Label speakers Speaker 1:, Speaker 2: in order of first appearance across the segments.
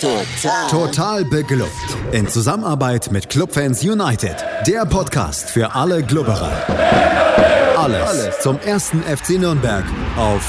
Speaker 1: Total beglückt. In Zusammenarbeit mit Clubfans United. Der Podcast für alle Glubberer. Alles zum ersten FC Nürnberg auf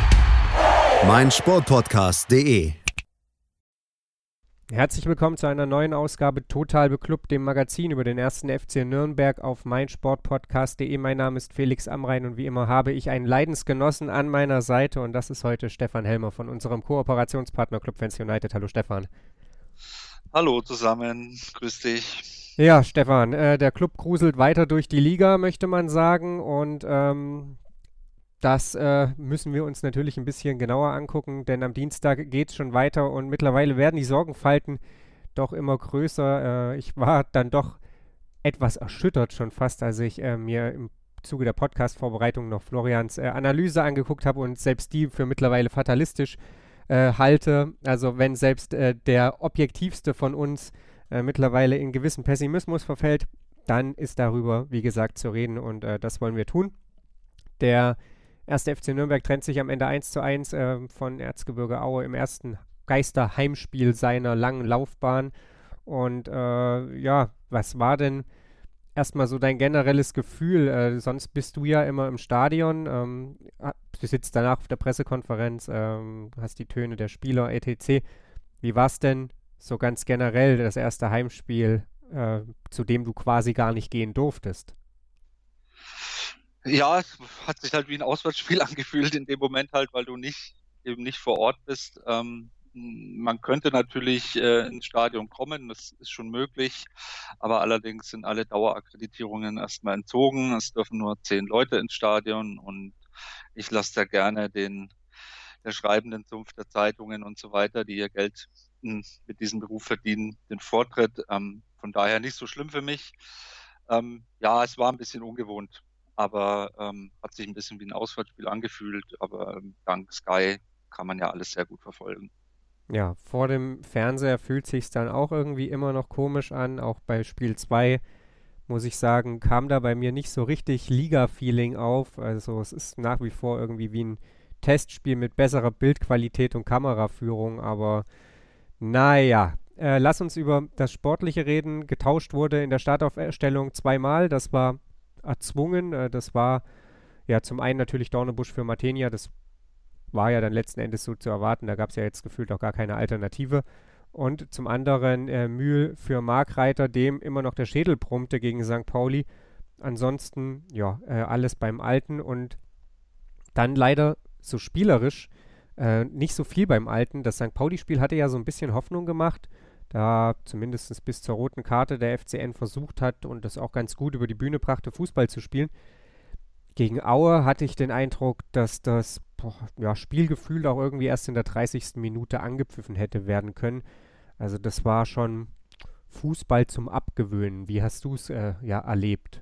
Speaker 1: meinsportpodcast.de.
Speaker 2: Herzlich willkommen zu einer neuen Ausgabe Total beklubbt, dem Magazin über den ersten FC Nürnberg auf meinsportpodcast.de. Mein Name ist Felix Amrain und wie immer habe ich einen Leidensgenossen an meiner Seite und das ist heute Stefan Helmer von unserem Kooperationspartner Clubfans United. Hallo Stefan.
Speaker 3: Hallo zusammen, grüß dich.
Speaker 2: Ja, Stefan, der Club gruselt weiter durch die Liga, möchte man sagen, und das müssen wir uns natürlich ein bisschen genauer angucken, denn am Dienstag geht es schon weiter und mittlerweile werden die Sorgenfalten doch immer größer. Ich war dann doch etwas erschüttert schon fast, als ich mir im Zuge der Podcast-Vorbereitung noch Florians Analyse angeguckt habe und selbst die für mittlerweile fatalistisch halte. Also wenn selbst der objektivste von uns mittlerweile in gewissen Pessimismus verfällt, dann ist darüber, wie gesagt, zu reden und das wollen wir tun. Der erste FC Nürnberg trennt sich am Ende 1:1 von Erzgebirge Aue im ersten Geisterheimspiel seiner langen Laufbahn. Und ja, was war denn erstmal so dein generelles Gefühl? Sonst bist du ja immer im Stadion, du sitzt danach auf der Pressekonferenz, hast die Töne der Spieler, etc. Wie war es denn so ganz generell, das erste Heimspiel, zu dem du quasi gar nicht gehen durftest?
Speaker 3: Ja, es hat sich halt wie ein Auswärtsspiel angefühlt in dem Moment halt, weil du eben nicht vor Ort bist. Man könnte natürlich ins Stadion kommen, das ist schon möglich, aber allerdings sind alle Dauerakkreditierungen erstmal entzogen. Es dürfen nur 10 Leute ins Stadion und ich lasse da gerne der schreibenden Zunft der Zeitungen und so weiter, die ihr Geld mit diesem Beruf verdienen, den Vortritt. Von daher nicht so schlimm für mich. Ja, es war ein bisschen ungewohnt. Aber hat sich ein bisschen wie ein Auswärtsspiel angefühlt, aber dank Sky kann man ja alles sehr gut verfolgen.
Speaker 2: Ja, vor dem Fernseher fühlt sich's dann auch irgendwie immer noch komisch an. Auch bei Spiel 2, muss ich sagen, kam da bei mir nicht so richtig Liga-Feeling auf. Also es ist nach wie vor irgendwie wie ein Testspiel mit besserer Bildqualität und Kameraführung, aber naja. Lass uns über das Sportliche reden. Getauscht wurde in der Startaufstellung 2-mal. Das war erzwungen. Das war ja zum einen natürlich Dornebusch für Matenia. Das war ja dann letzten Endes so zu erwarten. Da gab es ja jetzt gefühlt auch gar keine Alternative. Und zum anderen Mühl für Markreiter, dem immer noch der Schädel brummte gegen St. Pauli. Ansonsten, ja, alles beim Alten. Und dann leider so spielerisch nicht so viel beim Alten. Das St. Pauli-Spiel hatte ja so ein bisschen Hoffnung gemacht, da zumindest bis zur roten Karte der FCN versucht hat und das auch ganz gut über die Bühne brachte, Fußball zu spielen. Gegen Aue hatte ich den Eindruck, dass das Spielgefühl auch irgendwie erst in der 30. Minute angepfiffen hätte werden können. Also das war schon Fußball zum Abgewöhnen. Wie hast du es erlebt?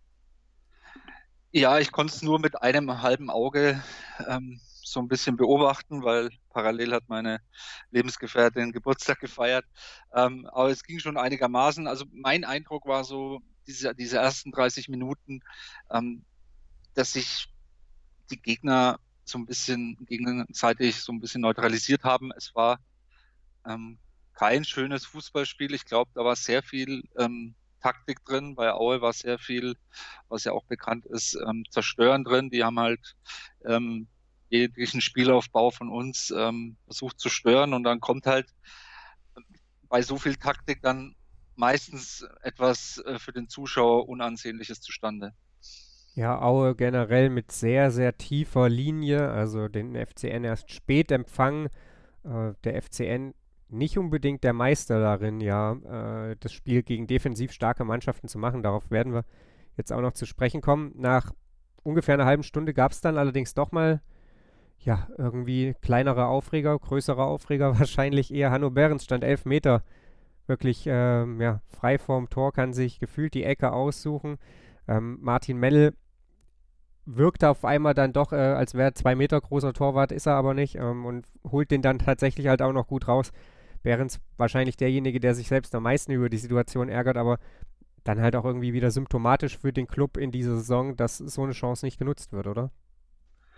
Speaker 3: Ja, ich konnte es nur mit einem halben Auge so ein bisschen beobachten, weil parallel hat meine Lebensgefährtin Geburtstag gefeiert. Aber es ging schon einigermaßen. Also mein Eindruck war so, diese ersten 30 Minuten, dass sich die Gegner so ein bisschen gegenseitig so ein bisschen neutralisiert haben. Es war kein schönes Fußballspiel. Ich glaube, da war sehr viel Taktik drin. Bei Aue war sehr viel, was ja auch bekannt ist, Zerstören drin. Die haben halt jeglichen Spielaufbau von uns versucht zu stören und dann kommt halt bei so viel Taktik dann meistens etwas für den Zuschauer Unansehnliches zustande.
Speaker 2: Ja, Aue generell mit sehr, sehr tiefer Linie, also den FCN erst spät empfangen. Der FCN nicht unbedingt der Meister darin, ja, das Spiel gegen defensiv starke Mannschaften zu machen. Darauf werden wir jetzt auch noch zu sprechen kommen. Nach ungefähr einer halben Stunde gab es dann allerdings doch mal ja, irgendwie kleinere Aufreger, größere Aufreger wahrscheinlich eher. Hanno Behrens stand 11 Meter wirklich frei vorm Tor, kann sich gefühlt die Ecke aussuchen. Martin Mennel wirkte auf einmal dann doch, als wäre 2 Meter großer Torwart, ist er aber nicht und holt den dann tatsächlich halt auch noch gut raus. Behrens wahrscheinlich derjenige, der sich selbst am meisten über die Situation ärgert, aber dann halt auch irgendwie wieder symptomatisch für den Club in dieser Saison, dass so eine Chance nicht genutzt wird, oder?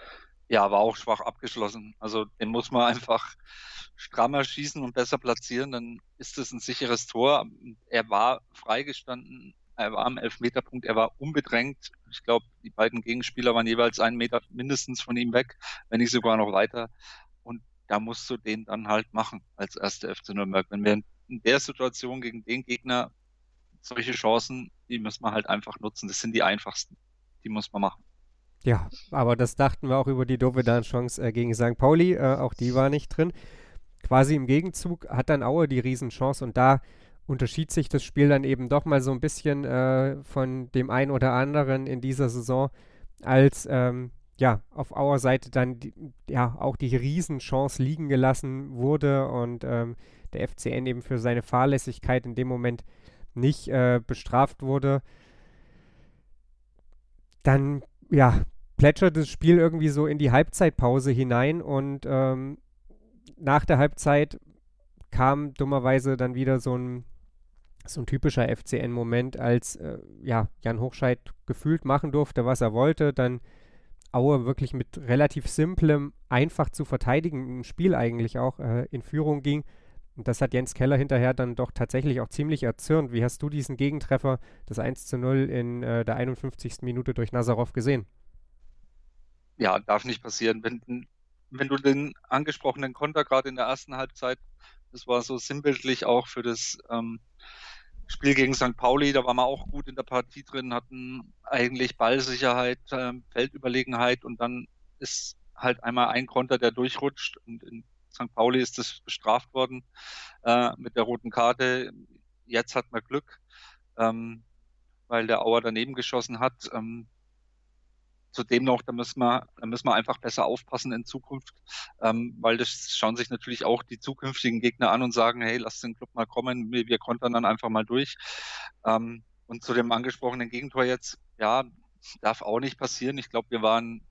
Speaker 3: Ja, war auch schwach abgeschlossen. Also den muss man einfach strammer schießen und besser platzieren, dann ist es ein sicheres Tor. Er war freigestanden, er war am Elfmeterpunkt, er war unbedrängt. Ich glaube, die beiden Gegenspieler waren jeweils 1 Meter mindestens von ihm weg, wenn nicht sogar noch weiter. Und da musst du den dann halt machen als erste FC Nürnberg. Wenn wir in der Situation gegen den Gegner solche Chancen, die müssen wir halt einfach nutzen. Das sind die einfachsten. Die muss man machen.
Speaker 2: Ja, aber das dachten wir auch über die Dovedan-Chance gegen St. Pauli. Auch die war nicht drin. Quasi im Gegenzug hat dann Aue die Riesenchance und da unterschied sich das Spiel dann eben doch mal so ein bisschen von dem einen oder anderen in dieser Saison, als ja, auf Auer Seite dann ja auch die Riesenchance liegen gelassen wurde und der FCN eben für seine Fahrlässigkeit in dem Moment nicht bestraft wurde. Dann, ja, plätschert das Spiel irgendwie so in die Halbzeitpause hinein und nach der Halbzeit kam dummerweise dann wieder so ein typischer FCN-Moment, als ja, Jan Hochscheid gefühlt machen durfte, was er wollte, dann Aue wirklich mit relativ simplem, einfach zu verteidigendem Spiel eigentlich auch in Führung ging. Und das hat Jens Keller hinterher dann doch tatsächlich auch ziemlich erzürnt. Wie hast du diesen Gegentreffer, das 1:0 in der 51. Minute durch Nazarov gesehen?
Speaker 3: Ja, darf nicht passieren. Wenn du den angesprochenen Konter gerade in der ersten Halbzeit, das war so sinnbildlich auch für das Spiel gegen St. Pauli, da waren wir auch gut in der Partie drin, hatten eigentlich Ballsicherheit, Feldüberlegenheit und dann ist halt einmal ein Konter, der durchrutscht und in St. Pauli ist das bestraft worden mit der roten Karte. Jetzt hat man Glück, weil der Auer daneben geschossen hat. Zudem noch, da müssen wir einfach besser aufpassen in Zukunft, weil das schauen sich natürlich auch die zukünftigen Gegner an und sagen, hey, lass den Club mal kommen, wir kontern dann einfach mal durch. Und zu dem angesprochenen Gegentor jetzt, ja, darf auch nicht passieren. Ich glaube, wir waren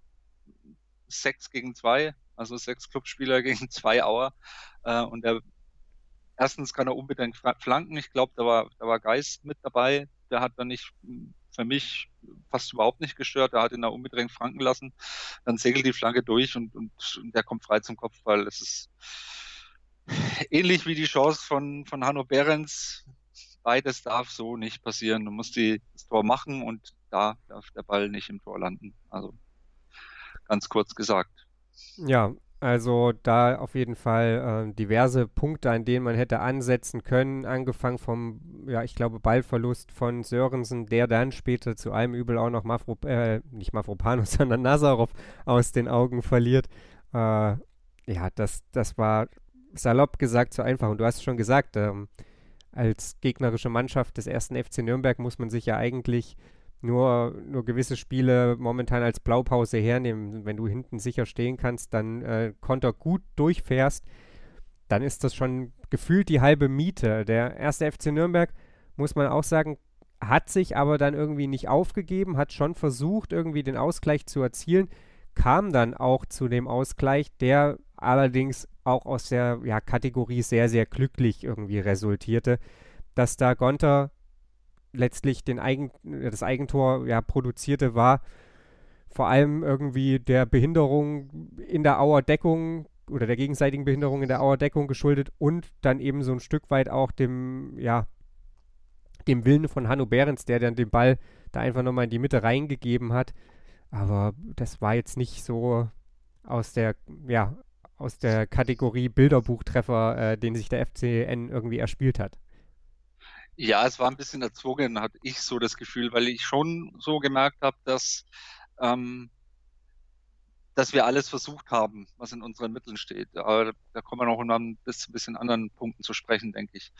Speaker 3: 6-2, also 6 Clubspieler gegen 2 Auer. Und erstens kann er unbedingt flanken. Ich glaube, da war Geist mit dabei. Der hat dann nicht für mich fast überhaupt nicht gestört. Der hat ihn da unbedingt flanken lassen. Dann segelt die Flanke durch und der kommt frei zum Kopfball. Das ist ähnlich wie die Chance von Hanno Behrens. Beides darf so nicht passieren. Du musst das Tor machen und da darf der Ball nicht im Tor landen. Also ganz kurz gesagt.
Speaker 2: Ja, also da auf jeden Fall diverse Punkte, an denen man hätte ansetzen können, angefangen vom, ja, ich glaube, Ballverlust von Sörensen, der dann später zu allem Übel auch noch nicht Mavropanos, sondern Nazarov aus den Augen verliert. Ja, das war salopp gesagt zu einfach. Und du hast schon gesagt, als gegnerische Mannschaft des ersten FC Nürnberg muss man sich ja eigentlich nur gewisse Spiele momentan als Blaupause hernehmen. Wenn du hinten sicher stehen kannst, dann Konter gut durchfährst, dann ist das schon gefühlt die halbe Miete. Der erste FC Nürnberg, muss man auch sagen, hat sich aber dann irgendwie nicht aufgegeben, hat schon versucht, irgendwie den Ausgleich zu erzielen, kam dann auch zu dem Ausgleich, der allerdings auch aus der Kategorie sehr, sehr glücklich irgendwie resultierte, dass da Gonter letztlich das Eigentor produzierte, war vor allem irgendwie der Behinderung in der Auer Deckung oder der gegenseitigen Behinderung in der Auer Deckung geschuldet und dann eben so ein Stück weit auch dem Willen von Hanno Behrens, der dann den Ball da einfach nochmal in die Mitte reingegeben hat. Aber das war jetzt nicht so aus der Kategorie Bilderbuchtreffer, den sich der FCN irgendwie erspielt hat.
Speaker 3: Ja, es war ein bisschen erzwungen, hatte ich so das Gefühl, weil ich schon so gemerkt habe, dass wir alles versucht haben, was in unseren Mitteln steht. Aber da kommen wir noch um ein bisschen anderen Punkten zu sprechen, denke ich.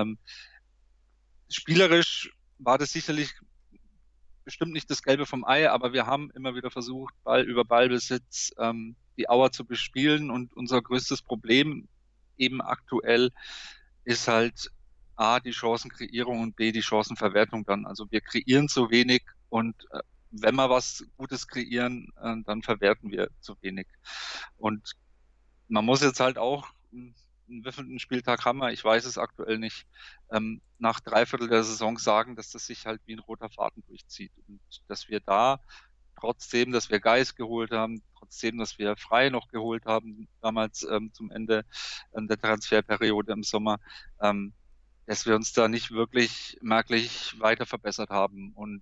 Speaker 3: Spielerisch war das sicherlich bestimmt nicht das Gelbe vom Ei, aber wir haben immer wieder versucht, Ball über Ballbesitz die Auer zu bespielen und unser größtes Problem eben aktuell ist halt A, die Chancenkreierung und B, die Chancenverwertung dann. Also wir kreieren zu wenig und wenn wir was Gutes kreieren, dann verwerten wir zu wenig. Und man muss jetzt halt auch, wievielten Spieltag haben wir, ich weiß es aktuell nicht, nach 3/4 der Saison sagen, dass das sich halt wie ein roter Faden durchzieht und dass wir da trotzdem, dass wir Geis geholt haben, trotzdem, dass wir Frei noch geholt haben, damals zum Ende der Transferperiode im Sommer, dass wir uns da nicht wirklich merklich weiter verbessert haben. Und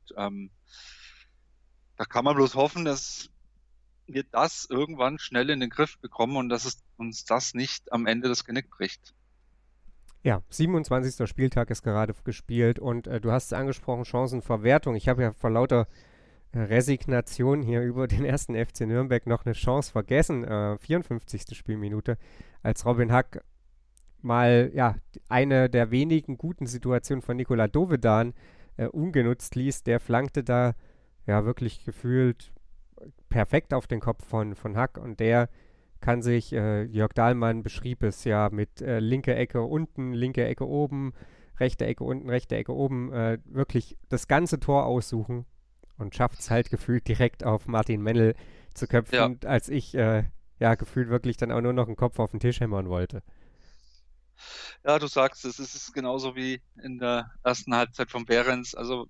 Speaker 3: da kann man bloß hoffen, dass wir das irgendwann schnell in den Griff bekommen und dass es uns das nicht am Ende das Genick bricht.
Speaker 2: Ja, 27. Spieltag ist gerade gespielt und du hast es angesprochen, Chancenverwertung. Ich habe ja vor lauter Resignation hier über den ersten FC Nürnberg noch eine Chance vergessen, 54. Spielminute, als Robin Hack mal eine der wenigen guten Situationen von Nikola Dovedan ungenutzt ließ. Der flankte da wirklich gefühlt perfekt auf den Kopf von Hack und der kann sich, Jörg Dahlmann beschrieb es ja mit linke Ecke unten, linke Ecke oben, rechte Ecke unten, rechte Ecke oben, wirklich das ganze Tor aussuchen und schafft es halt gefühlt direkt auf Martin Mennel zu köpfen, als ich gefühlt wirklich dann auch nur noch einen Kopf auf den Tisch hämmern wollte.
Speaker 3: Ja, du sagst es ist genauso wie in der ersten Halbzeit von Behrens. Also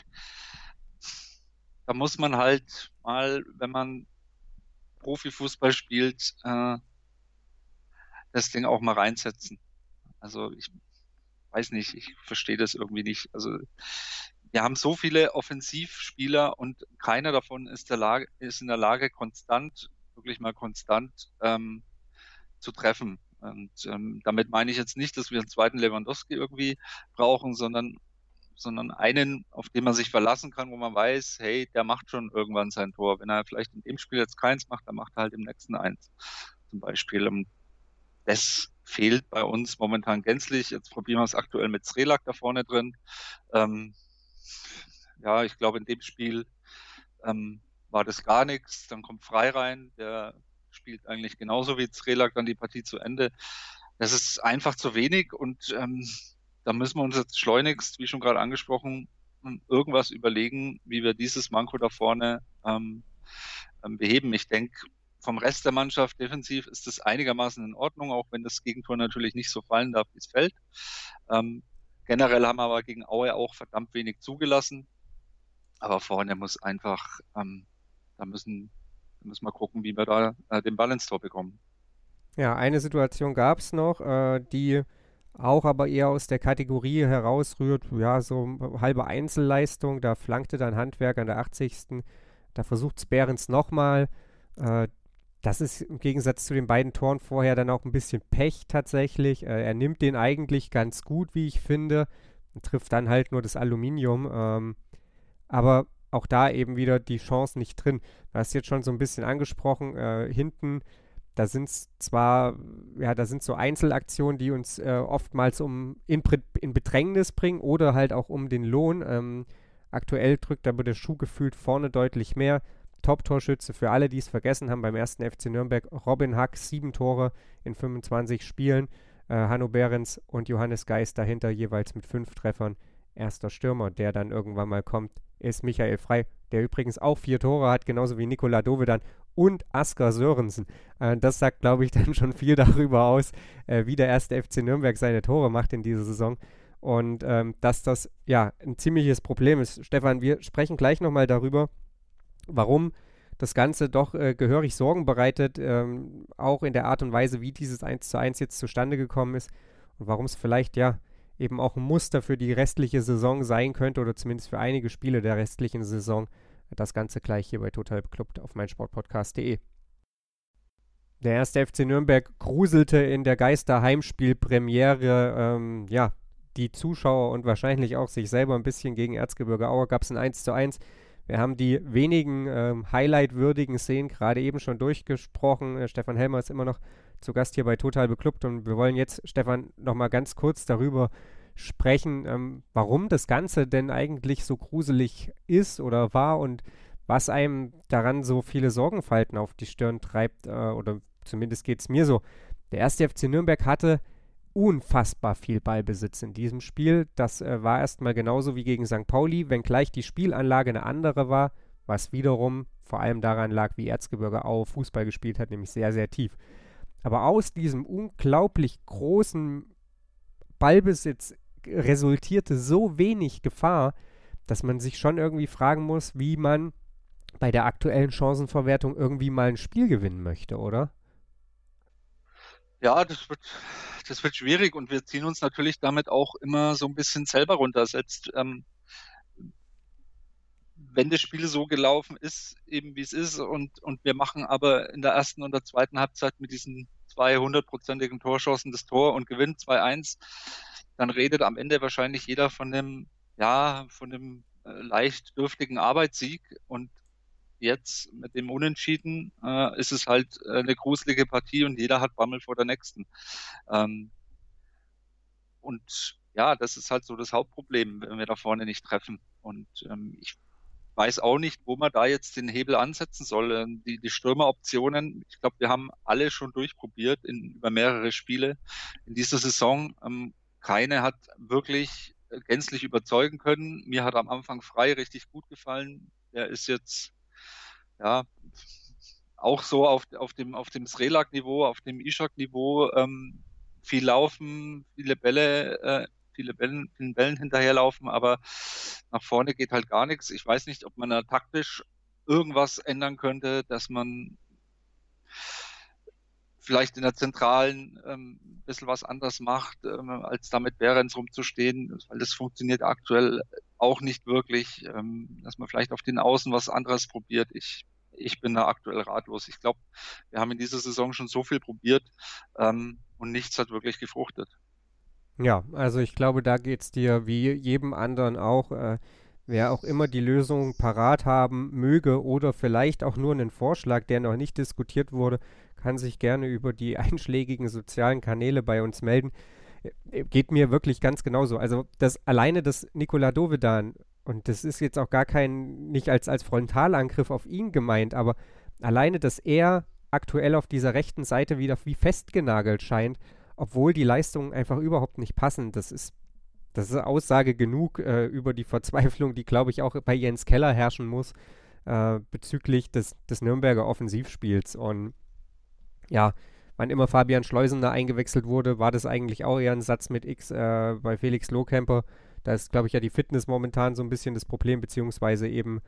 Speaker 3: da muss man halt mal, wenn man Profifußball spielt, das Ding auch mal reinsetzen. Also ich weiß nicht, ich verstehe das irgendwie nicht. Also wir haben so viele Offensivspieler und keiner davon ist in der Lage, wirklich mal konstant zu treffen. Und damit meine ich jetzt nicht, dass wir einen zweiten Lewandowski irgendwie brauchen, sondern einen, auf den man sich verlassen kann, wo man weiß, hey, der macht schon irgendwann sein Tor. Wenn er vielleicht in dem Spiel jetzt keins macht, dann macht er halt im nächsten eins zum Beispiel. Und das fehlt bei uns momentan gänzlich. Jetzt probieren wir es aktuell mit Srelak da vorne drin. Ich glaube, in dem Spiel war das gar nichts. Dann kommt Frei rein, der spielt eigentlich genauso wie Srelak dann die Partie zu Ende. Das ist einfach zu wenig und da müssen wir uns jetzt schleunigst, wie schon gerade angesprochen, irgendwas überlegen, wie wir dieses Manko da vorne beheben. Ich denke, vom Rest der Mannschaft defensiv ist es einigermaßen in Ordnung, auch wenn das Gegentor natürlich nicht so fallen darf, wie es fällt. Generell haben wir aber gegen Aue auch verdammt wenig zugelassen. Aber vorne muss einfach, da müssen wir gucken, wie wir da den Ball ins Tor bekommen.
Speaker 2: Ja, eine Situation gab es noch, die auch aber eher aus der Kategorie herausrührt, so halbe Einzelleistung, da flankte dann Handwerk an der 80. Da versucht es Behrens nochmal. Das ist im Gegensatz zu den beiden Toren vorher dann auch ein bisschen Pech tatsächlich. Er nimmt den eigentlich ganz gut, wie ich finde, und trifft dann halt nur das Aluminium. Aber auch da eben wieder die Chance nicht drin. Du hast jetzt schon so ein bisschen angesprochen, hinten, da sind so Einzelaktionen, die uns oftmals in Bedrängnis bringen oder halt auch um den Lohn. Aktuell drückt aber der Schuh gefühlt vorne deutlich mehr. Top-Torschütze für alle, die es vergessen haben, beim ersten FC Nürnberg, Robin Hack, 7 Tore in 25 Spielen. Hanno Behrens und Johannes Geis dahinter jeweils mit 5 Treffern. Erster Stürmer, der dann irgendwann mal kommt, ist Michael Frei, der übrigens auch 4 Tore hat, genauso wie Nikola Dovedan und Asker Sörensen. Das sagt, glaube ich, dann schon viel darüber aus, wie der erste FC Nürnberg seine Tore macht in dieser Saison. Und dass das ein ziemliches Problem ist. Stefan, wir sprechen gleich nochmal darüber, warum das Ganze doch gehörig Sorgen bereitet, auch in der Art und Weise, wie dieses 1:1 jetzt zustande gekommen ist und warum es vielleicht eben auch ein Muster für die restliche Saison sein könnte oder zumindest für einige Spiele der restlichen Saison. Das Ganze gleich hier bei Total Beklubbt auf meinsportpodcast.de. Der erste FC Nürnberg gruselte in der Geister-Heimspielpremiere die Zuschauer und wahrscheinlich auch sich selber ein bisschen. Gegen Erzgebirge Aue gab es ein 1:1. Wir haben die wenigen highlight-würdigen Szenen gerade eben schon durchgesprochen. Stefan Helmer ist immer noch zu Gast hier bei Total Beklubbt und wir wollen jetzt, Stefan, nochmal ganz kurz darüber sprechen, warum das Ganze denn eigentlich so gruselig ist oder war und was einem daran so viele Sorgenfalten auf die Stirn treibt, oder zumindest geht es mir so. Der erste FC Nürnberg hatte unfassbar viel Ballbesitz in diesem Spiel. Das war erstmal genauso wie gegen St. Pauli, wenngleich die Spielanlage eine andere war, was wiederum vor allem daran lag, wie Erzgebirge Aue Fußball gespielt hat, nämlich sehr, sehr tief. Aber aus diesem unglaublich großen Ballbesitz resultierte so wenig Gefahr, dass man sich schon irgendwie fragen muss, wie man bei der aktuellen Chancenverwertung irgendwie mal ein Spiel gewinnen möchte, oder?
Speaker 3: Ja, das wird schwierig und wir ziehen uns natürlich damit auch immer so ein bisschen selber runter. Selbst wenn das Spiel so gelaufen ist, eben wie es ist, und wir machen aber in der ersten und der zweiten Halbzeit mit diesen 200-prozentigen Torchancen das Tor und gewinnt 2-1, dann redet am Ende wahrscheinlich jeder von dem, ja, von dem leicht dürftigen Arbeitssieg. Und jetzt mit dem Unentschieden ist es halt eine gruselige Partie und jeder hat Bammel vor der nächsten. Ähm, und ja, das ist halt so das Hauptproblem, wenn wir da vorne nicht treffen. Und ich weiß auch nicht, wo man da jetzt den Hebel ansetzen soll. Die Stürmeroptionen, ich glaube, wir haben alle schon durchprobiert über mehrere Spiele in dieser Saison. Keine hat wirklich gänzlich überzeugen können. Mir hat am Anfang Frei richtig gut gefallen. Der ist jetzt ja auch so auf dem Srelak-Niveau, auf dem Ishak-Niveau, viel laufen, vielen Bällen hinterherlaufen, aber nach vorne geht halt gar nichts. Ich weiß nicht, ob man da taktisch irgendwas ändern könnte, dass man vielleicht in der Zentralen ein bisschen was anders macht, als da mit Behrens rumzustehen, weil das funktioniert aktuell auch nicht wirklich, dass man vielleicht auf den Außen was anderes probiert. Ich bin da aktuell ratlos. Ich glaube, wir haben in dieser Saison schon so viel probiert und nichts hat wirklich gefruchtet.
Speaker 2: Ja, also ich glaube, da geht es dir wie jedem anderen auch. Wer auch immer die Lösung parat haben möge oder vielleicht auch nur einen Vorschlag, der noch nicht diskutiert wurde, kann sich gerne über die einschlägigen sozialen Kanäle bei uns melden. Geht mir wirklich ganz genauso. Also alleine das Nikola Dovedan, und das ist jetzt auch gar nicht als Frontalangriff auf ihn gemeint, aber alleine, dass er aktuell auf dieser rechten Seite wieder wie festgenagelt scheint, obwohl die Leistungen einfach überhaupt nicht passen, das ist Aussage genug über die Verzweiflung, die, glaube ich, auch bei Jens Keller herrschen muss, bezüglich des Nürnberger Offensivspiels. Und ja, wann immer Fabian Schleusener eingewechselt wurde, war das eigentlich auch eher ein Satz mit X bei Felix Lohkemper. Da ist, glaube ich, ja die Fitness momentan so ein bisschen das Problem, beziehungsweise eben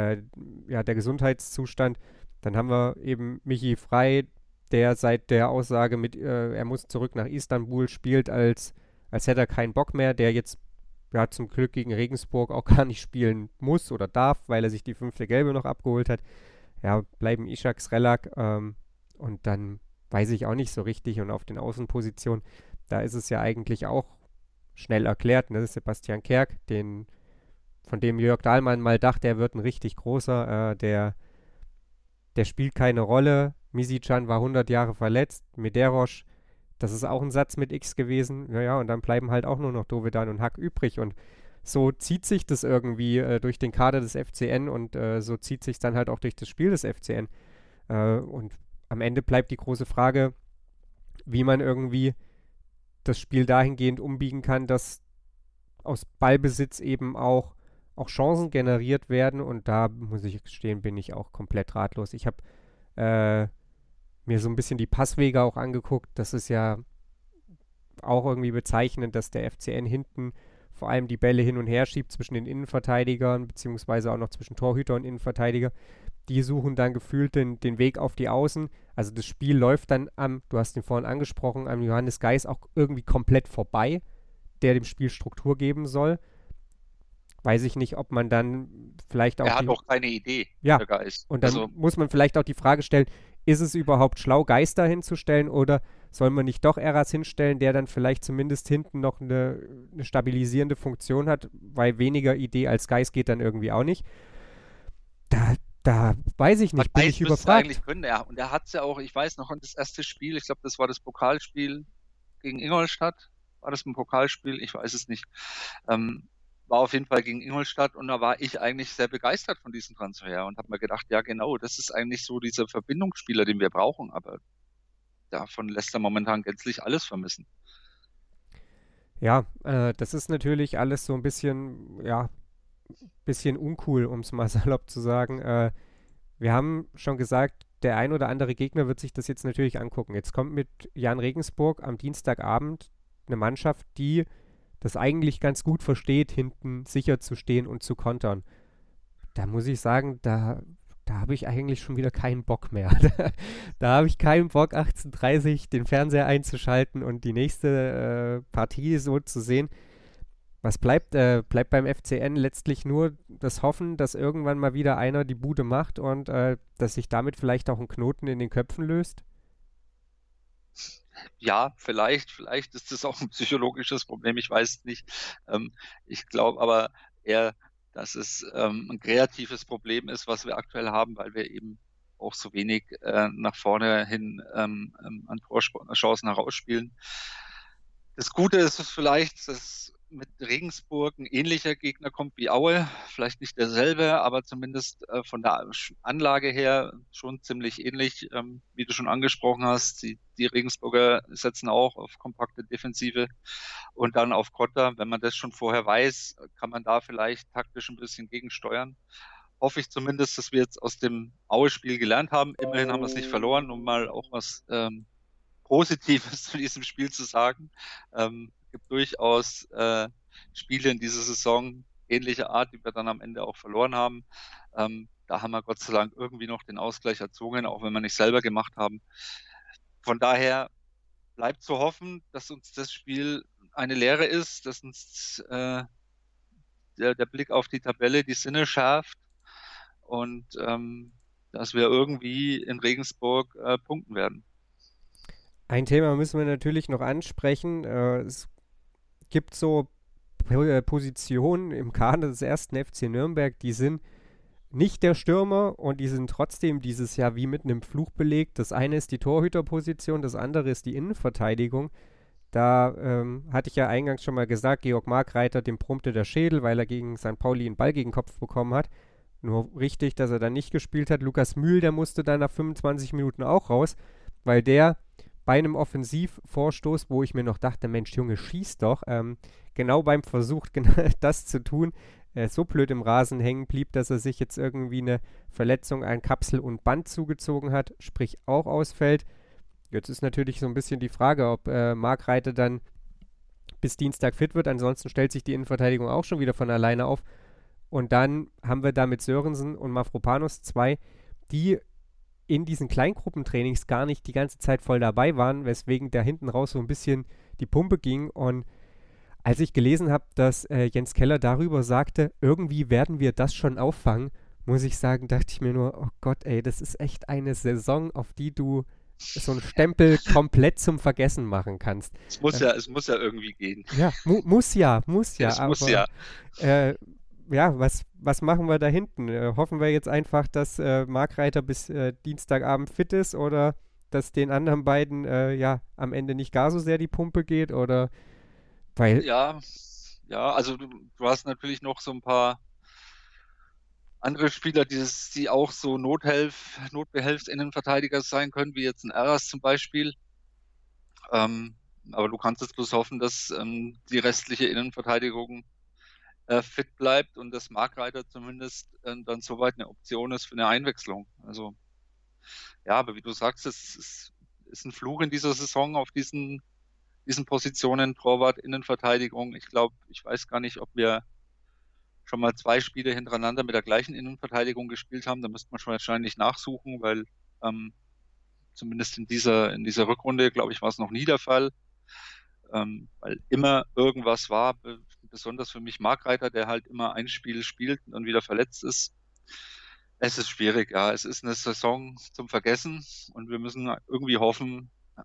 Speaker 2: der Gesundheitszustand. Dann haben wir eben Michi Frei, der seit der Aussage mit, er muss zurück nach Istanbul, spielt, als hätte er keinen Bock mehr, der jetzt ja zum Glück gegen Regensburg auch gar nicht spielen muss oder darf, weil er sich die 5. Gelbe noch abgeholt hat. Ja, bleiben Ishak, Srelak und dann weiß ich auch nicht so richtig. Und auf den Außenpositionen, da ist es ja eigentlich auch schnell erklärt, ne? Das ist Sebastian Kerk, von dem Jörg Dahlmann mal dachte, er wird ein richtig großer, der spielt keine Rolle. Misicjan war 100 Jahre verletzt. Medeiros, das ist auch ein Satz mit X gewesen. Ja, und dann bleiben halt auch nur noch Dovedan und Hack übrig. Und so zieht sich das irgendwie durch den Kader des FCN und so zieht sich dann halt auch durch das Spiel des FCN. Und am Ende bleibt die große Frage, wie man irgendwie das Spiel dahingehend umbiegen kann, dass aus Ballbesitz eben auch Chancen generiert werden. Und da, muss ich gestehen, bin ich auch komplett ratlos. Ich habe mir so ein bisschen die Passwege auch angeguckt. Das ist ja auch irgendwie bezeichnend, dass der FCN hinten vor allem die Bälle hin und her schiebt zwischen den Innenverteidigern, beziehungsweise auch noch zwischen Torhüter und Innenverteidiger. Die suchen dann gefühlt den Weg auf die Außen. Also das Spiel läuft dann du hast ihn vorhin angesprochen, am Johannes Geis auch irgendwie komplett vorbei, der dem Spiel Struktur geben soll. Weiß ich nicht, ob man dann vielleicht auch...
Speaker 3: Er hat auch keine Idee,
Speaker 2: ja,
Speaker 3: der Geist.
Speaker 2: Und dann muss man vielleicht auch die Frage stellen, ist es überhaupt schlau, Geist da hinzustellen oder soll man nicht doch Eras hinstellen, der dann vielleicht zumindest hinten noch eine stabilisierende Funktion hat, weil weniger Idee als Geist geht dann irgendwie auch nicht. Da weiß ich nicht, bin ich überfragt.
Speaker 3: Eigentlich können, ja. Und er hat es ja auch, ich weiß noch, das erste Spiel, ich glaube, das war das Pokalspiel gegen Ingolstadt. War das ein Pokalspiel? Ich weiß es nicht. War auf jeden Fall gegen Ingolstadt und da war ich eigentlich sehr begeistert von diesem Transfer und habe mir gedacht, ja genau, das ist eigentlich so dieser Verbindungsspieler, den wir brauchen, aber davon lässt er momentan gänzlich alles vermissen.
Speaker 2: Ja, das ist natürlich alles so ein bisschen uncool, um es mal salopp zu sagen. Wir haben schon gesagt, der ein oder andere Gegner wird sich das jetzt natürlich angucken. Jetzt kommt mit Jan Regensburg am Dienstagabend eine Mannschaft, die das eigentlich ganz gut versteht, hinten sicher zu stehen und zu kontern. Da muss ich sagen, da da habe ich eigentlich schon wieder keinen Bock mehr. Da habe ich keinen Bock, 18:30 den Fernseher einzuschalten und die nächste Partie so zu sehen. Was bleibt? Bleibt beim FCN letztlich nur das Hoffen, dass irgendwann mal wieder einer die Bude macht und dass sich damit vielleicht auch ein Knoten in den Köpfen löst?
Speaker 3: Ja, vielleicht ist das auch ein psychologisches Problem, ich weiß es nicht. Ich glaube aber eher, dass es ein kreatives Problem ist, was wir aktuell haben, weil wir eben auch so wenig nach vorne hin an Torchancen herausspielen. Das Gute ist es vielleicht, dass mit Regensburg ein ähnlicher Gegner kommt wie Aue. Vielleicht nicht derselbe, aber zumindest von der Anlage her schon ziemlich ähnlich, wie du schon angesprochen hast. Die Regensburger setzen auch auf kompakte Defensive und dann auf Konter. Wenn man das schon vorher weiß, kann man da vielleicht taktisch ein bisschen gegensteuern. Hoffe ich zumindest, dass wir jetzt aus dem Aue-Spiel gelernt haben. Immerhin haben wir es nicht verloren, um mal auch was Positives zu diesem Spiel zu sagen. Gibt durchaus Spiele in dieser Saison ähnlicher Art, die wir dann am Ende auch verloren haben. Da haben wir Gott sei Dank irgendwie noch den Ausgleich erzwungen, auch wenn wir nicht selber gemacht haben. Von daher bleibt zu hoffen, dass uns das Spiel eine Lehre ist, dass uns der Blick auf die Tabelle die Sinne schärft und dass wir irgendwie in Regensburg punkten werden.
Speaker 2: Ein Thema müssen wir natürlich noch ansprechen. Es gibt so Positionen im Kader des ersten FC Nürnberg, die sind nicht der Stürmer und die sind trotzdem dieses Jahr wie mit einem Fluch belegt. Das eine ist die Torhüterposition, das andere ist die Innenverteidigung. Da hatte ich ja eingangs schon mal gesagt, Georg Markreiter, dem brummte der Schädel, weil er gegen St. Pauli einen Ball gegen den Kopf bekommen hat. Nur richtig, dass er dann nicht gespielt hat. Lukas Mühl, der musste dann nach 25 Minuten auch raus, weil der bei einem Offensivvorstoß, wo ich mir noch dachte, Mensch, Junge, schieß doch, genau beim Versuch, das zu tun, so blöd im Rasen hängen blieb, dass er sich jetzt irgendwie eine Verletzung an Kapsel und Band zugezogen hat, sprich auch ausfällt. Jetzt ist natürlich so ein bisschen die Frage, ob Markreiter dann bis Dienstag fit wird, ansonsten stellt sich die Innenverteidigung auch schon wieder von alleine auf. Und dann haben wir da mit Sörensen und Mavropanos zwei, die in diesen Kleingruppentrainings gar nicht die ganze Zeit voll dabei waren, weswegen da hinten raus so ein bisschen die Pumpe ging. Und als ich gelesen habe, dass Jens Keller darüber sagte, irgendwie werden wir das schon auffangen, muss ich sagen, dachte ich mir nur, oh Gott, ey, das ist echt eine Saison, auf die du so einen Stempel komplett zum Vergessen machen kannst.
Speaker 3: Es muss ja irgendwie gehen.
Speaker 2: Ja, muss ja.
Speaker 3: Es
Speaker 2: Aber,
Speaker 3: muss ja.
Speaker 2: Ja, was machen wir da hinten? Hoffen wir jetzt einfach, dass Markreiter bis Dienstagabend fit ist oder dass den anderen beiden am Ende nicht gar so sehr die Pumpe geht oder weil...
Speaker 3: Ja, also du hast natürlich noch so ein paar andere Spieler, die auch so Notbehelfsinnenverteidiger sein können, wie jetzt ein Eras zum Beispiel. Aber du kannst jetzt bloß hoffen, dass die restliche Innenverteidigung fit bleibt und dass Markreiter zumindest dann soweit eine Option ist für eine Einwechslung. Also ja, aber wie du sagst, es ist ein Fluch in dieser Saison auf diesen Positionen, Torwart, Innenverteidigung. Ich weiß gar nicht, ob wir schon mal 2 Spiele hintereinander mit der gleichen Innenverteidigung gespielt haben. Da müsste man schon wahrscheinlich nachsuchen, weil zumindest in dieser Rückrunde, glaube ich, war es noch nie der Fall. Weil immer irgendwas war, besonders für mich Markreiter, der halt immer ein Spiel spielt und dann wieder verletzt ist. Es ist schwierig, ja. Es ist eine Saison zum Vergessen und wir müssen irgendwie hoffen,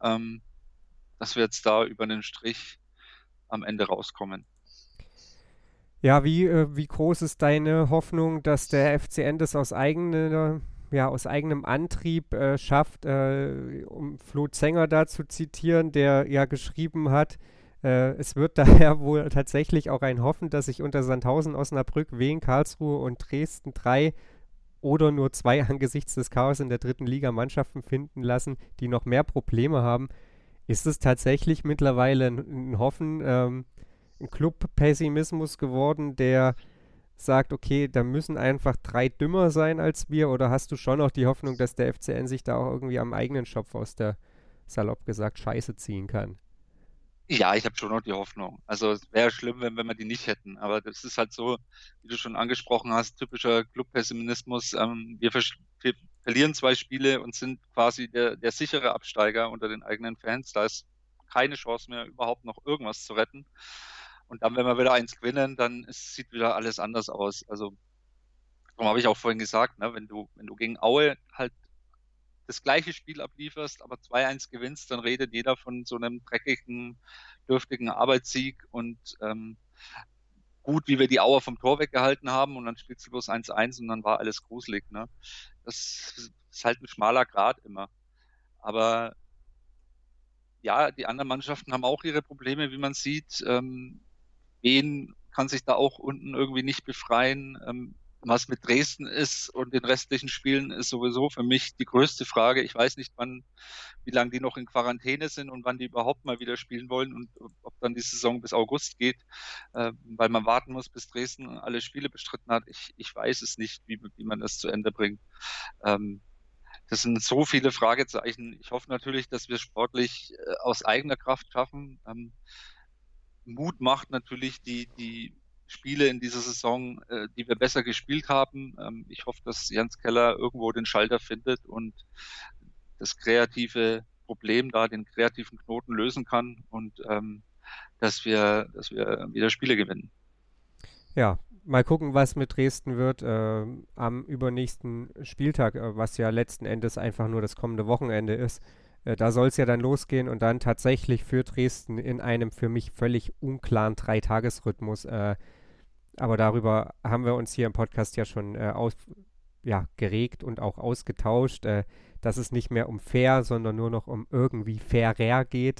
Speaker 3: dass wir jetzt da über den Strich am Ende rauskommen.
Speaker 2: Ja, wie groß ist deine Hoffnung, dass der FCN das aus eigenem Antrieb schafft, um Flo Zenger da zu zitieren, der ja geschrieben hat, es wird daher wohl tatsächlich auch ein Hoffen, dass sich unter Sandhausen, Osnabrück, Wien, Karlsruhe und Dresden 3 oder nur 2 angesichts des Chaos in der 3. Liga Mannschaften finden lassen, die noch mehr Probleme haben. Ist es tatsächlich mittlerweile ein Hoffen, ein Club-Pessimismus geworden, der sagt, okay, da müssen einfach 3 dümmer sein als wir, oder hast du schon noch die Hoffnung, dass der FCN sich da auch irgendwie am eigenen Schopf aus der, salopp gesagt, Scheiße ziehen kann?
Speaker 3: Ja, ich habe schon noch die Hoffnung. Also es wäre schlimm, wenn wir die nicht hätten. Aber das ist halt so, wie du schon angesprochen hast, typischer Club-Pessimismus. Wir verlieren 2 Spiele und sind quasi der sichere Absteiger unter den eigenen Fans. Da ist keine Chance mehr, überhaupt noch irgendwas zu retten. Und dann, wenn wir wieder 1 gewinnen, dann sieht wieder alles anders aus. Also, darum habe ich auch vorhin gesagt, ne, wenn du gegen Aue halt das gleiche Spiel ablieferst, aber 2-1 gewinnst, dann redet jeder von so einem dreckigen, dürftigen Arbeitssieg und gut, wie wir die Auer vom Tor weggehalten haben, und dann spielst du bloß 1-1 und dann war alles gruselig. Ne? Das ist halt ein schmaler Grat immer. Aber ja, die anderen Mannschaften haben auch ihre Probleme, wie man sieht. Wien kann sich da auch unten irgendwie nicht befreien. Was mit Dresden ist und den restlichen Spielen, ist sowieso für mich die größte Frage. Ich weiß nicht, wie lange die noch in Quarantäne sind und wann die überhaupt mal wieder spielen wollen und ob dann die Saison bis August geht, weil man warten muss, bis Dresden alle Spiele bestritten hat. Ich weiß es nicht, wie man das zu Ende bringt. Das sind so viele Fragezeichen. Ich hoffe natürlich, dass wir es sportlich aus eigener Kraft schaffen. Mut macht natürlich die Spiele in dieser Saison, die wir besser gespielt haben. Ich hoffe, dass Jens Keller irgendwo den Schalter findet und das kreative Problem da, den kreativen Knoten lösen kann und dass wir wieder Spiele gewinnen.
Speaker 2: Ja, mal gucken, was mit Dresden wird am übernächsten Spieltag, was ja letzten Endes einfach nur das kommende Wochenende ist. Da soll es ja dann losgehen und dann tatsächlich für Dresden in einem für mich völlig unklaren 3-Tages-Rhythmus. Aber darüber haben wir uns hier im Podcast ja schon geregt und auch ausgetauscht, dass es nicht mehr um fair, sondern nur noch um irgendwie fairer geht.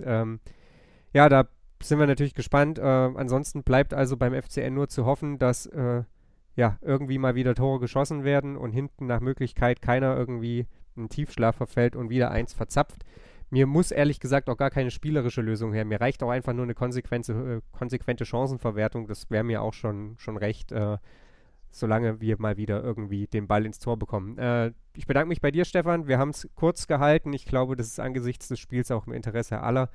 Speaker 2: Da sind wir natürlich gespannt. Ansonsten bleibt also beim FCN nur zu hoffen, dass irgendwie mal wieder Tore geschossen werden und hinten nach Möglichkeit keiner irgendwie einen Tiefschlaf verfällt und wieder eins verzapft. Mir muss ehrlich gesagt auch gar keine spielerische Lösung her. Mir reicht auch einfach nur eine konsequente Chancenverwertung. Das wäre mir auch schon recht, solange wir mal wieder irgendwie den Ball ins Tor bekommen. Ich bedanke mich bei dir, Stefan. Wir haben es kurz gehalten. Ich glaube, das ist angesichts des Spiels auch im Interesse aller.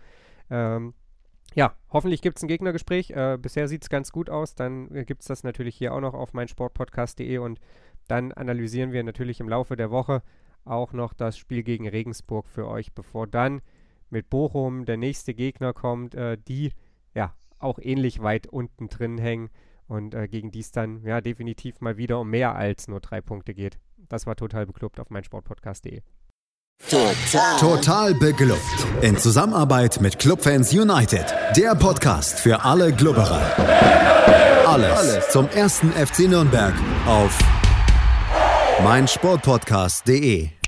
Speaker 2: Hoffentlich gibt es ein Gegnergespräch. Bisher sieht es ganz gut aus. Dann gibt es das natürlich hier auch noch auf meinsportpodcast.de und dann analysieren wir natürlich im Laufe der Woche auch noch das Spiel gegen Regensburg für euch, bevor dann mit Bochum der nächste Gegner kommt, die auch ähnlich weit unten drin hängen und gegen die es dann definitiv mal wieder um mehr als nur 3 Punkte geht. Das war total beklubbt auf meinsportpodcast.de.
Speaker 1: Total beglückt. In Zusammenarbeit mit Clubfans United. Der Podcast für alle Glubberer. Alles zum 1. FC Nürnberg auf meinsportpodcast.de.